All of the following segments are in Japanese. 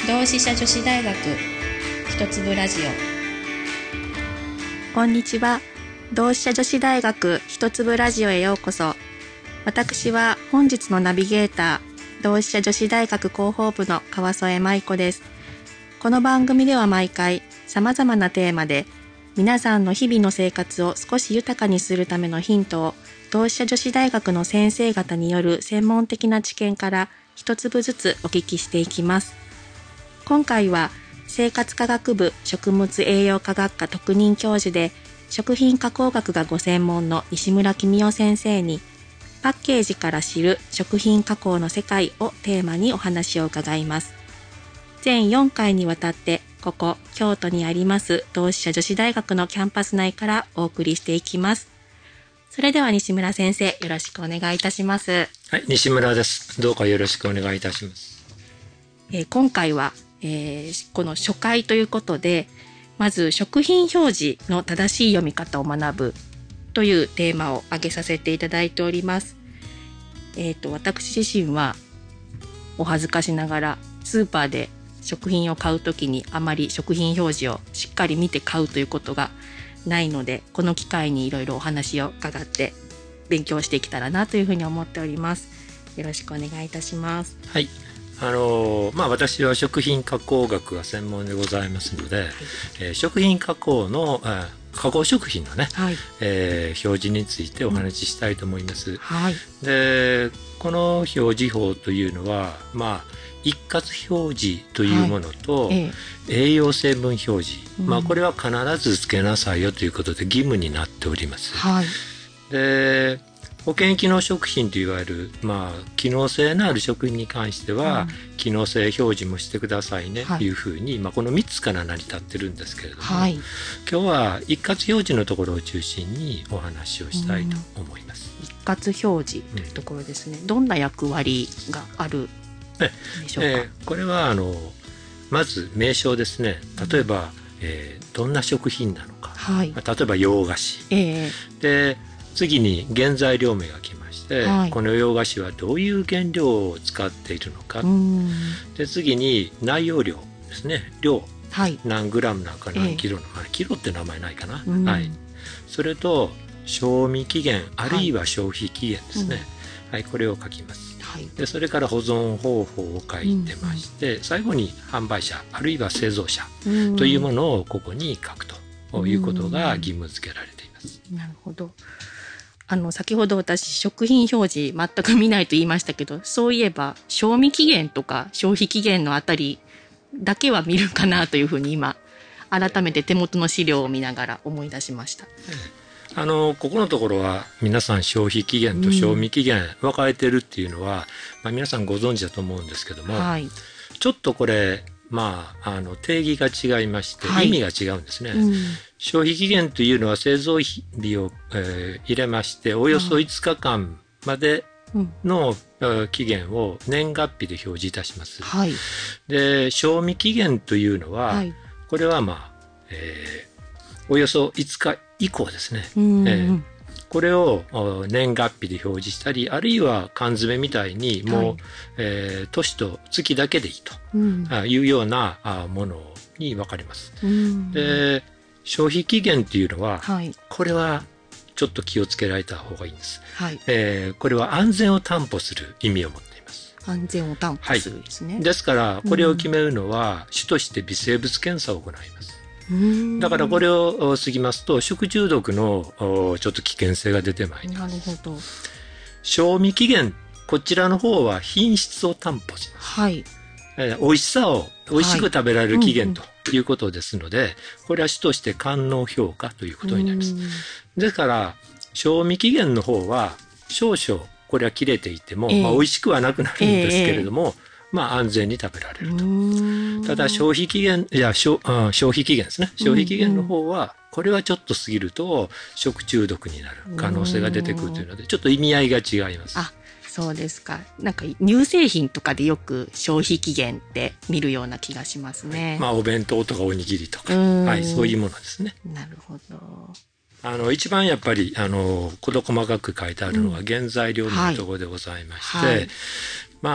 同志社女子大学一粒ラジオ。こんにちは。同志社女子大学一粒ラジオへようこそ。私は本日のナビゲーター、同志社女子大学広報部の川添舞子です。この番組では毎回様々なテーマで皆さんの日々の生活を少し豊かにするためのヒントを同志社女子大学の先生方による専門的な知見から一粒ずつお聞きしていきます。今回は生活科学部食物栄養科学科特任教授で食品加工学がご専門の西村公夫先生にパッケージから知る食品加工の世界をテーマにお話を伺います。全4回にわたってここ京都にあります同志社女子大学のキャンパス内からお送りしていきます。それでは西村先生、よろしくお願いいたします。 はい、西村です。どうかよろしくお願いいたします。 今回はこの初回ということで、まず食品表示の正しい読み方を学ぶというテーマを挙げさせていただいております。私自身はお恥ずかしながらスーパーで食品を買うときにあまり食品表示をしっかり見て買うということがないので、この機会にいろいろお話を伺って勉強していけたらなというふうに思っております。よろしくお願いいたします。 はい。私は食品加工学が専門でございますので、はい、食品加工の加工食品のね、はい、表示についてお話ししたいと思います。 はい、 で、この表示法というのは、一括表示というものと、栄養成分表示、これは必ずつけなさいよということで義務になっております。 はい、 で、保健機能食品といわれる、機能性のある食品に関しては、機能性表示もしてくださいねというふうに、この3つから成り立ってるんですけれども、今日は一括表示のところを中心にお話をしたいと思います。 一括表示というところですね。どんな役割があるでしょうか。 これはまず名称ですね。例えば、どんな食品なのか、例えば洋菓子、で次に原材料名が来まして、この洋菓子はどういう原料を使っているのか、で次に内容量ですね。量、何グラムなのか何キロなのか、キロって名前ないかな、それと賞味期限あるいは消費期限ですね、これを書きます。でそれから保存方法を書いてまして、最後に販売者あるいは製造者というものをここに書くということが義務付けられています。 なるほど。先ほど私食品表示全く見ないと言いましたけど、そういえば賞味期限とか消費期限のあたりだけは見るかなというふうに今改めて手元の資料を見ながら思い出しました。 ここのところは皆さん消費期限と賞味期限分かれてるっていうのは、皆さんご存知だと思うんですけども、ちょっとこれ定義が違いまして、意味が違うんですね。消費期限というのは製造日を、入れましておよそ5日間までの、期限を年月日で表示いたします。で賞味期限というのは、これはおよそ5日以降ですね。これを年月日で表示したり、あるいは缶詰みたいにもう、年と月だけでいいというようなものに分かれます。で消費期限っていうのは、これはちょっと気をつけられた方がいいんです。これは安全を担保する意味を持っています。 安全を担保するですね。 ですからこれを決めるのは、主として微生物検査を行います。だからこれを過ぎますと食中毒のちょっと危険性が出てまいります。 なるほど。 賞味期限、こちらの方は品質を担保します。美味しさを美味しく食べられる期限ということですので、これは主として官能評価ということになります。ですから賞味期限の方は少々これは切れていても、美味しくはなくなるんですけれども、安全に食べられると。ただ消費期限消費期限ですね。消費期限の方はこれはちょっと過ぎると食中毒になる可能性が出てくるというので、ちょっと意味合いが違います。 そうですか。なんか乳製品とかでよく消費期限って見るような気がしますね。 お弁当とかおにぎりとか、そういうものですね。 なるほど。一番やっぱり事細かく書いてあるのが原材料のところでございまして、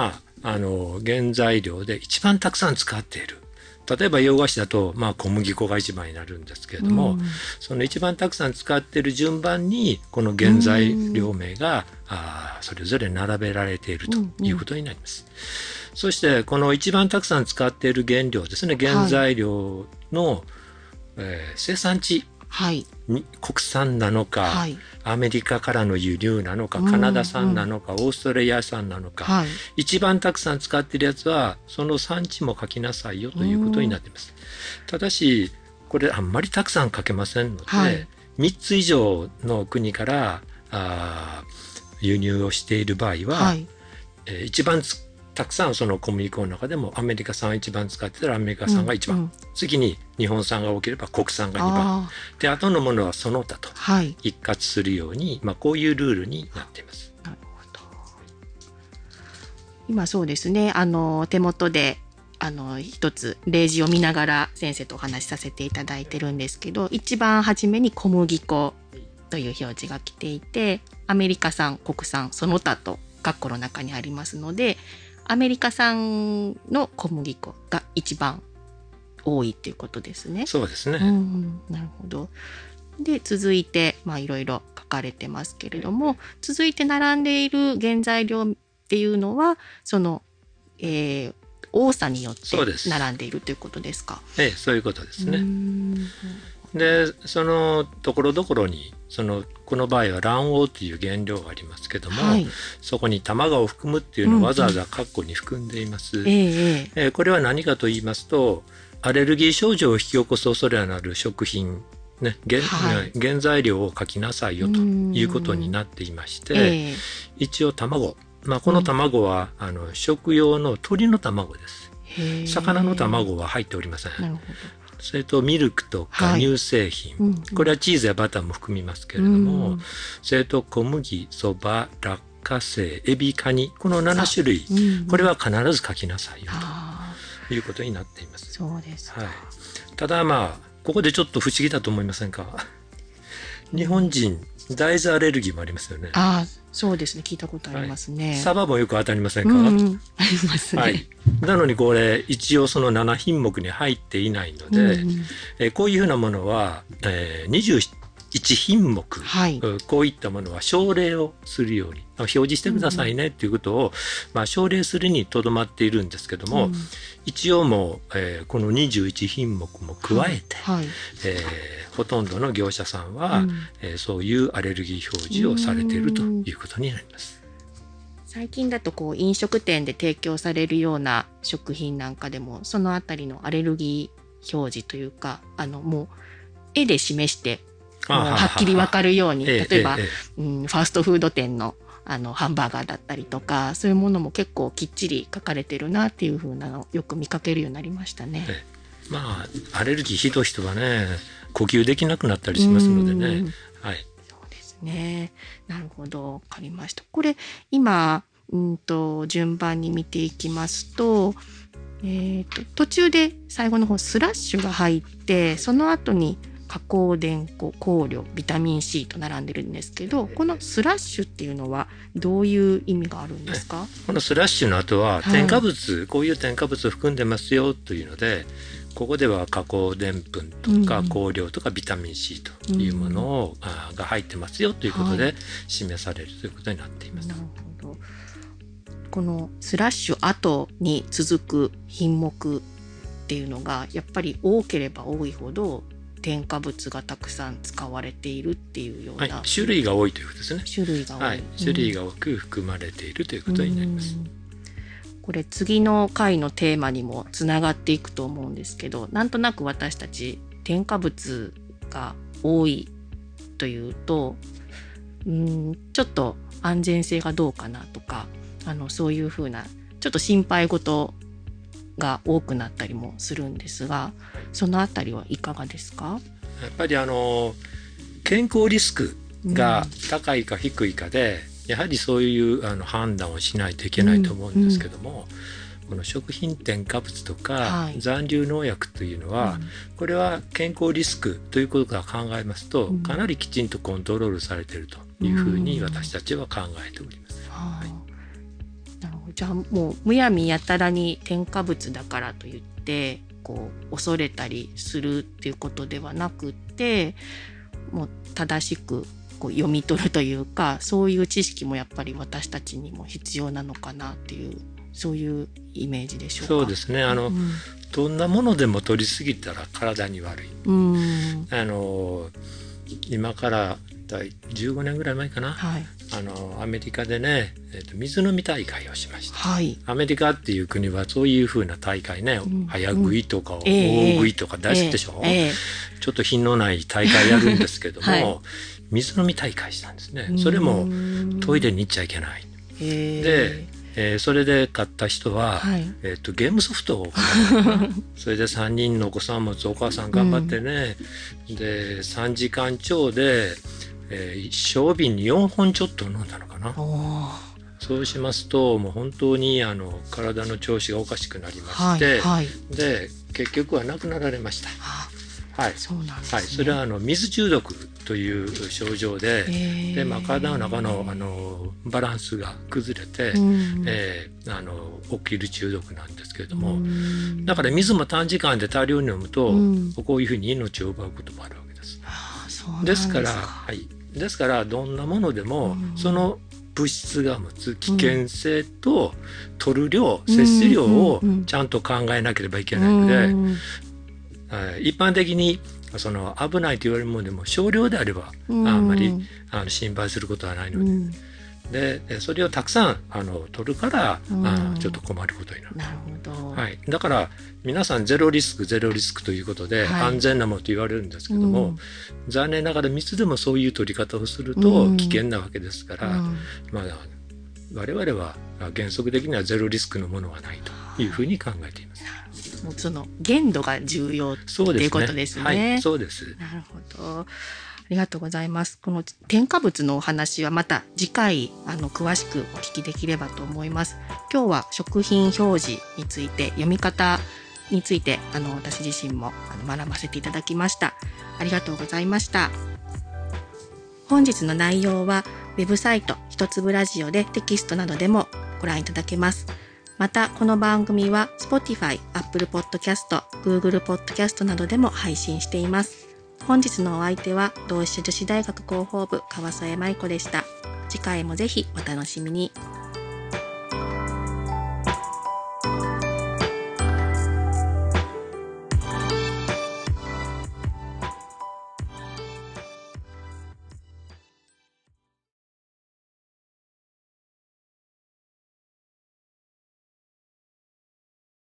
原材料で一番たくさん使っている。例えば洋菓子だと、小麦粉が一番になるんですけれども、その一番たくさん使っている順番にこの原材料名がそれぞれ並べられているということになります。そしてこの一番たくさん使っている原料ですね、原材料の、生産地、国産なのか、アメリカからの輸入なのか、カナダ産なのか、オーストラリア産なのか、一番たくさん使っているやつはその産地も書きなさいよということになっています。ただしこれあんまりたくさん書けませんので、3つ以上の国から輸入をしている場合は、一番たくさんその小麦粉の中でもアメリカ産を一番使ってたらアメリカ産が1番、次に日本産が多ければ国産が2番で、後のものはその他と一括するように、こういうルールになっています。 なるほど。今そうですね、手元で一つ例示を見ながら先生とお話しさせていただいてるんですけど、一番初めに小麦粉という表示が来ていて、アメリカ産、国産、その他と括弧の中にありますので、アメリカ産の小麦粉が一番多いっていうことですね。 そうですね。 なるほど。で、続いていろいろ書かれてますけれども、続いて並んでいる原材料っていうのはその、多さによって並んでいるということですか。 そういうことですね。でそのところどころにこの場合は卵黄という原料がありますけども、そこに卵を含むっていうのをわざわざ括弧に含んでいます。これは何かと言いますと、アレルギー症状を引き起こす恐れのある食品、原材料を書きなさいよということになっていまして、一応卵、この卵は食用の鶏の卵です。魚の卵は入っておりません。なるほど。それとミルクとか乳製品、これはチーズやバターも含みますけれども、それと小麦、そば、落花生、エビ、カニ、この7種類、これは必ず書きなさいよということになっています。 そうですか。 ただここでちょっと不思議だと思いませんか？日本人大豆アレルギーもありますよね。 そうですね、聞いたことありますね。 サバもよく当たりませんか？ ありますね。 なのにこれ一応その7品目に入っていないので、こういうふうなものは、21品目、こういったものは奨励をするように表示してくださいねっていうことを、奨励するにとどまっているんですけども、一応もう、この21品目も加えて、ほとんどの業者さんは、そういうアレルギー表示をされているということになります。 最近だと飲食店で提供されるような食品なんかでもそのあたりのアレルギー表示というかもう絵で示してはっきり分かるように、例えば、ファーストフード店のハンバーガーだったりとか、そういうものも結構きっちり書かれてるなっていう風なのをよく見かけるようになりましたね。 アレルギーひどい人はね、呼吸できなくなったりしますのでね。 そうですね。なるほど、分かりました。これ今順番に見ていきますと、途中で最後の方スラッシュが入って、その後に加工電粉、香料、ビタミン C と並んでるんですけど、このスラッシュっていうのはどういう意味があるんですか？ このスラッシュの後は添加物、こういう添加物を含んでますよというので、ここでは加工でんぷんとか香料とかビタミン C というものを、が入ってますよということで示されるということになっています。 なるほど。このスラッシュ後に続く品目っていうのがやっぱり多ければ多いほど添加物がたくさん使われているっていうような、 種類が多いということですね。 種類が多い、 種類が多く含まれているということになります。 これ次の回のテーマにもつながっていくと思うんですけど、なんとなく私たち添加物が多いというとちょっと安全性がどうかなとか、そういうふうなちょっと心配事が多くなったりもするんですが、そのあたりはいかがですか？ やっぱり健康リスクが高いか低いかで、やはりそういう判断をしないといけないと思うんですけども、この食品添加物とか残留農薬というのは、これは健康リスクということから考えますと、かなりきちんとコントロールされているというふうに私たちは考えております。 じゃあもうむやみやたらに添加物だからといって恐れたりするっていうことではなくって、もう正しく読み取るというか、そういう知識もやっぱり私たちにも必要なのかなっていう、そういうイメージでしょうか。 そうですね。どんなものでも取りすぎたら体に悪い。今から15年ぐらい前かな、はい、アメリカでね、水飲み大会をしました、はい、アメリカっていう国はそういう風な大会ね、早食いとか大食いとか大好きでしょ、ちょっと品のない大会やるんですけども、はい、水飲み大会したんですね。それもトイレに行っちゃいけない。でそれで買った人は、はい、ゲームソフトをそれで3人のお子さん持つお母さん頑張ってね、で3時間超で、小瓶に4本ちょっと飲んだのかな。そうしますともう本当に体の調子がおかしくなりまして、はいはい、で結局は亡くなられました。はい、そうなんですね。はい、それは水中毒という症状で、で体の中のバランスが崩れて、起きる中毒なんですけれども、だから水も短時間で大量に飲むと、こういうふうに命を奪うこともあるわけです。ですから、はい、ですからどんなものでも、その物質が持つ危険性と取る量、摂取量をちゃんと考えなければいけないので、一般的に危ないと言われるものでも少量であればあんまり心配することはないので、でそれをたくさん取るからちょっと困ることになる。なるほど。はい、だから皆さんゼロリスクということで、安全なものと言われるんですけども、残念ながら水でもそういう取り方をすると危険なわけですから、我々は原則的にはゼロリスクのものはないというふうに考えています。 もうその限度が重要っていうことですね。 はい、そうです。 なるほど。ありがとうございます。この添加物のお話はまた次回詳しくお聞きできればと思います。今日は食品表示について、読み方について私自身も学ばせていただきました。ありがとうございました。本日の内容はウェブサイト一粒ラジオでテキストなどでもご覧いただけます。またこの番組は Spotify、Apple Podcast、Google Podcast などでも配信しています。本日のお相手は同志社女子大学広報部川添舞子でした。次回もぜひお楽しみに。